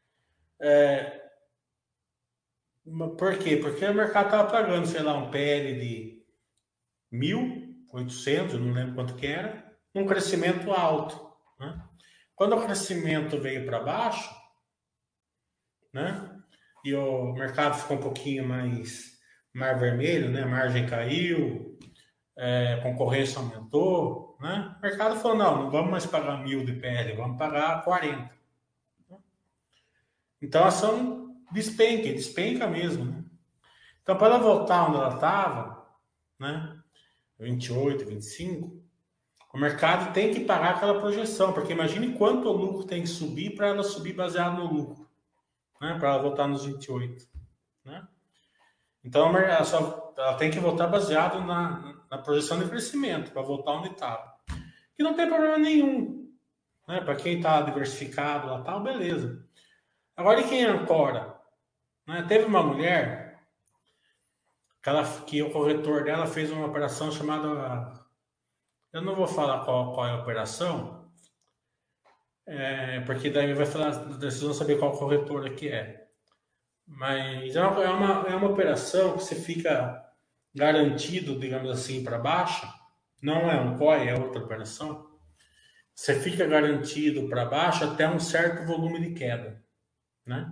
Por quê? Porque o mercado estava pagando, sei lá, um P L de mil e oitocentos, não lembro quanto que era, um crescimento alto, né? Quando o crescimento veio para baixo, né? E o mercado ficou um pouquinho mais mar vermelho, né? A margem caiu, é, a concorrência aumentou, né? O mercado falou, não, não vamos mais pagar mil de P L, vamos pagar quarenta. Então a ação despenca, despenca mesmo, né? Então para ela voltar onde ela estava, né? vinte e oito, vinte e cinco, o mercado tem que pagar aquela projeção, porque imagine quanto o lucro tem que subir para ela subir baseado no lucro, né? Para ela voltar nos vinte e oito, né? Então ela, só, ela tem que voltar baseado na, na projeção de crescimento, para voltar onde estava. E não tem problema nenhum, né? Para quem está diversificado lá tal, beleza. Agora, e quem é ancora? Né? Teve uma mulher que, ela, que o corretor dela fez uma operação chamada. Eu não vou falar qual, qual é a operação, é, porque daí vai falar, vocês vão saber qual corretora que é. Mas é uma, é uma, é uma operação que você fica garantido, digamos assim, para baixo. Não é um C O I, é outra operação. Você fica garantido para baixo até um certo volume de queda, né?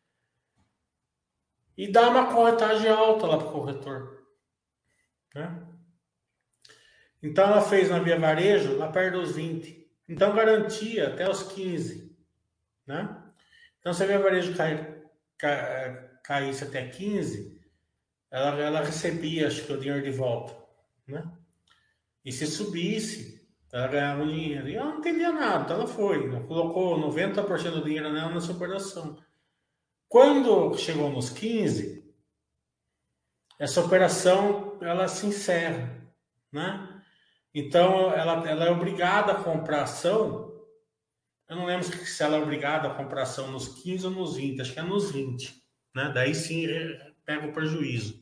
E dá uma corretagem alta lá para o corretor, né? Então ela fez na Via Varejo lá perto dos vinte. Então garantia até os quinze, né? Então se a Via Varejo cai, cai, caísse até quinze, ela, ela recebia, acho que, o dinheiro de volta, né? E se subisse, ela ganhava um dinheiro. E ela não entendia nada, então ela foi. Ela colocou noventa por cento do dinheiro nela nessa operação. Quando chegou nos quinze, essa operação ela se encerra, né? Então ela, ela é obrigada a comprar ação. Eu não lembro se ela é obrigada a comprar ação nos quinze ou nos vinte, acho que é nos vinte, né? Daí sim pega o prejuízo.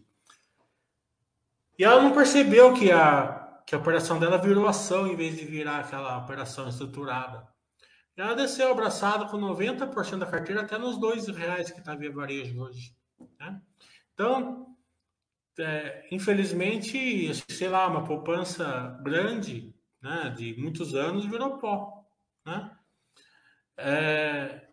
E ela não percebeu que a, que a operação dela virou ação em vez de virar aquela operação estruturada. E ela desceu abraçada com noventa por cento da carteira até nos dois reais que está via varejo hoje, né? Então, é, infelizmente, sei lá, uma poupança grande, né, de muitos anos virou pó, né? É,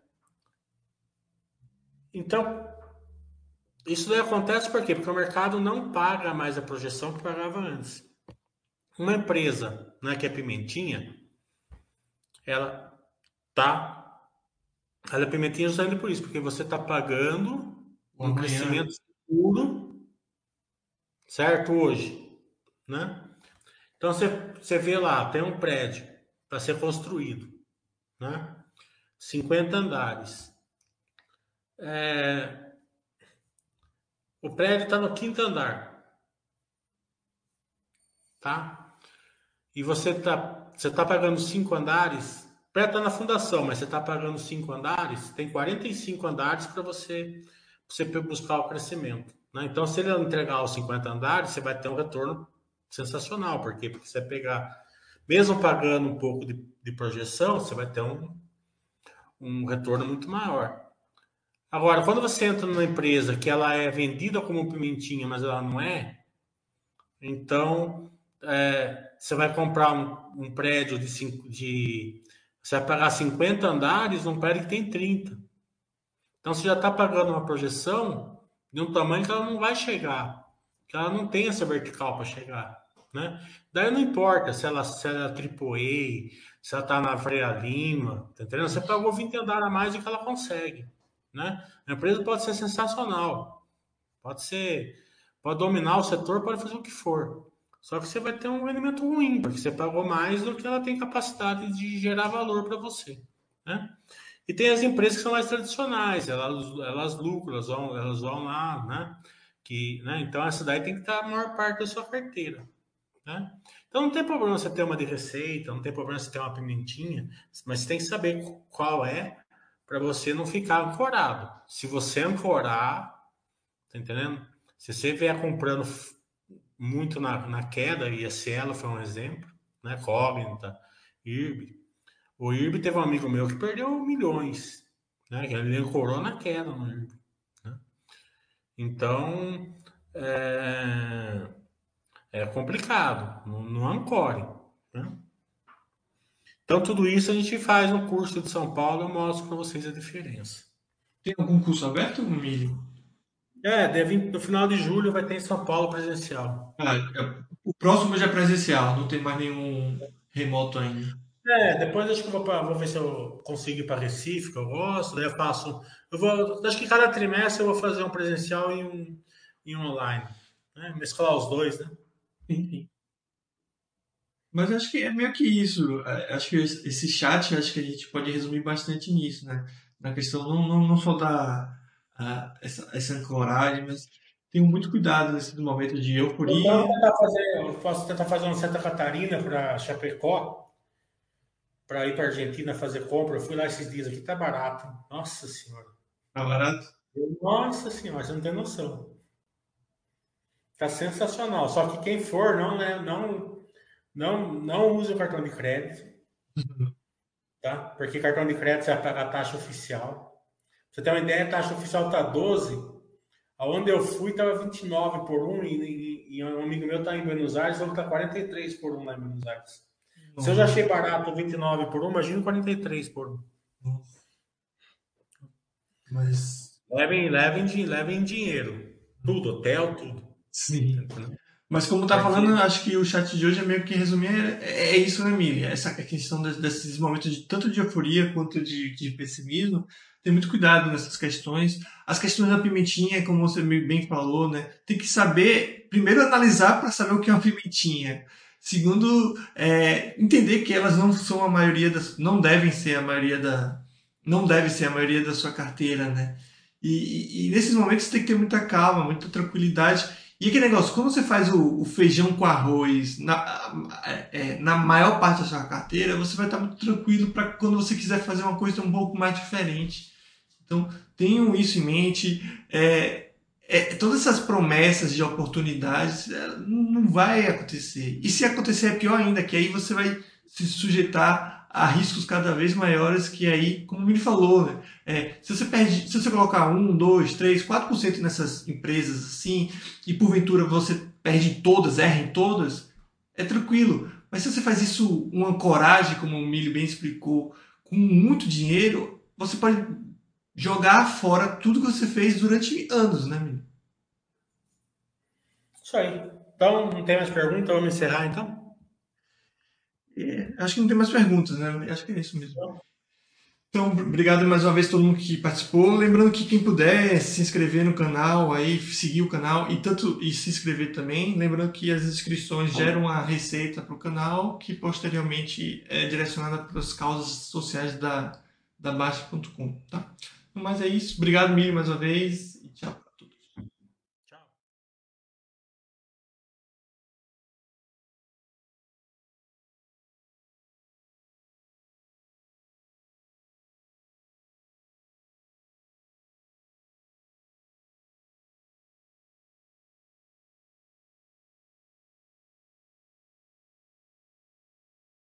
então, isso daí acontece por quê? Porque o mercado não paga mais a projeção que pagava antes. Uma empresa, né, que é pimentinha, ela tá, ela é pimentinha justamente por isso, porque você está pagando O um amanhã. crescimento seguro, certo? Hoje, né? Então você, você vê lá, tem um prédio para ser construído, né? cinquenta andares. É, o prédio está no quinto andar, tá? E você está você tá pagando cinco andares, o prédio está na fundação, mas você está pagando cinco andares, tem quarenta e cinco andares para você, você buscar o crescimento, né? Então, se ele entregar os cinquenta andares, você vai ter um retorno sensacional. Por quê? Porque você vai pegar, mesmo pagando um pouco de, de projeção, você vai ter um, um retorno muito maior. Agora, quando você entra numa empresa que ela é vendida como pimentinha, mas ela não é, então é, você vai comprar um, um prédio de, cinco, de. Você vai pagar cinquenta andares num prédio que tem trinta. Então você já está pagando uma projeção de um tamanho que ela não vai chegar, que ela não tem essa vertical para chegar. né? Daí não importa se ela, se ela é triplo A, se ela está na Faria Lima, tá entendendo? Você pagou vinte andares a mais do que ela consegue, né? A empresa pode ser sensacional, pode ser, pode dominar o setor, pode fazer o que for. Só que você vai ter um rendimento ruim, porque você pagou mais do que ela tem capacidade de gerar valor para você, né? E tem as empresas que são mais tradicionais, elas, elas lucram, elas vão, elas vão lá, né? Que, né? Então essa daí tem que estar a maior parte da sua carteira, né? Então não tem problema você ter uma de receita, não tem problema você ter uma pimentinha, mas você tem que saber qual é para você não ficar ancorado. Se você ancorar, tá entendendo? Se você vier comprando muito na, na queda, e a Cielo foi um exemplo, né? Cognita, I R B. O I R B teve um amigo meu que perdeu milhões, né? Ele ancorou na queda no I R B, né? Então, é, é complicado, não, não ancore, né? Então, tudo isso a gente faz no curso de São Paulo, eu mostro para vocês a diferença. Tem algum curso aberto, Milho? É, deve, no final de julho vai ter em São Paulo presencial. Ah, é- o próximo já é presencial, não tem mais nenhum remoto ainda. É, depois acho que eu vou, pra, vou ver se eu consigo ir para Recife, que eu gosto, daí eu faço. Eu vou, acho que cada trimestre eu vou fazer um presencial e um, e um online, né? Mesclar os dois, né? Enfim. Mas acho que é meio que isso. É, acho que esse esse chat, acho que a gente pode resumir bastante nisso, né? Na questão não, não, não só da ah, essa, essa ancoragem, mas tenho muito cuidado nesse momento de Então, eu euforia. vou tentar fazer, eu posso tentar fazer uma Santa Catarina para Chapecó, para ir para Argentina fazer compra. Eu fui lá esses dias aqui, tá barato. Nossa Senhora. Tá barato? Nossa Senhora, você não tem noção. Tá sensacional. Só que quem for, não, né, não, não, não use o cartão de crédito, tá? Porque cartão de crédito você vai pagar a taxa oficial. Pra você ter uma ideia, a taxa oficial tá doze. Aonde eu fui tava vinte e nove por um e, e, e um amigo meu tá em Buenos Aires, falou que tá quarenta e três por um lá em Buenos Aires. Se eu já achei Nossa, barato vinte e nove por um, imagina quarenta e três por um. nossa. Mas Levem, levem, di- levem dinheiro. Tudo, hotel, tudo. sim. Entendeu? Mas como tá falando, Porque acho que o chat de hoje é meio que resumir, é, é isso, né, Mili? Essa questão de- desses momentos de tanto de euforia quanto de, de pessimismo, tem muito cuidado nessas questões. As questões da pimentinha, como você bem falou, né? Tem que saber, primeiro analisar para saber o que é uma pimentinha. Segundo, é, entender que elas não são a maioria das, não devem ser a maioria da, não deve ser a maioria da sua carteira, né? E, e, e nesses momentos você tem que ter muita calma, muita tranquilidade. E aquele negócio, quando você faz o, o feijão com arroz na, é, na maior parte da sua carteira, você vai estar muito tranquilo para quando você quiser fazer uma coisa um pouco mais diferente. Então, tenham isso em mente. É, é, todas essas promessas de oportunidades é, não vai acontecer. E se acontecer é pior ainda, que aí você vai se sujeitar a riscos cada vez maiores que aí, como ele falou, né? É, se você perde, se você colocar um, dois, três, quatro por cento nessas empresas assim, e porventura você perde todas, erra em todas, é tranquilo. Mas se você faz isso uma coragem, como o Milho bem explicou, com muito dinheiro, você pode jogar fora tudo que você fez durante anos, né, Milho? isso aí. Então, não tem mais pergunta, vamos encerrar então? É, acho que não tem mais perguntas, né? Acho que é isso mesmo. Então, obrigado mais uma vez a todo mundo que participou. Lembrando que quem puder se inscrever no canal, aí seguir o canal e tanto e se inscrever também. Lembrando que as inscrições geram uma receita para o canal que posteriormente é direcionada para as causas sociais da, da Baixa ponto com, tá? Mas é isso. Obrigado, Mili, mais uma vez.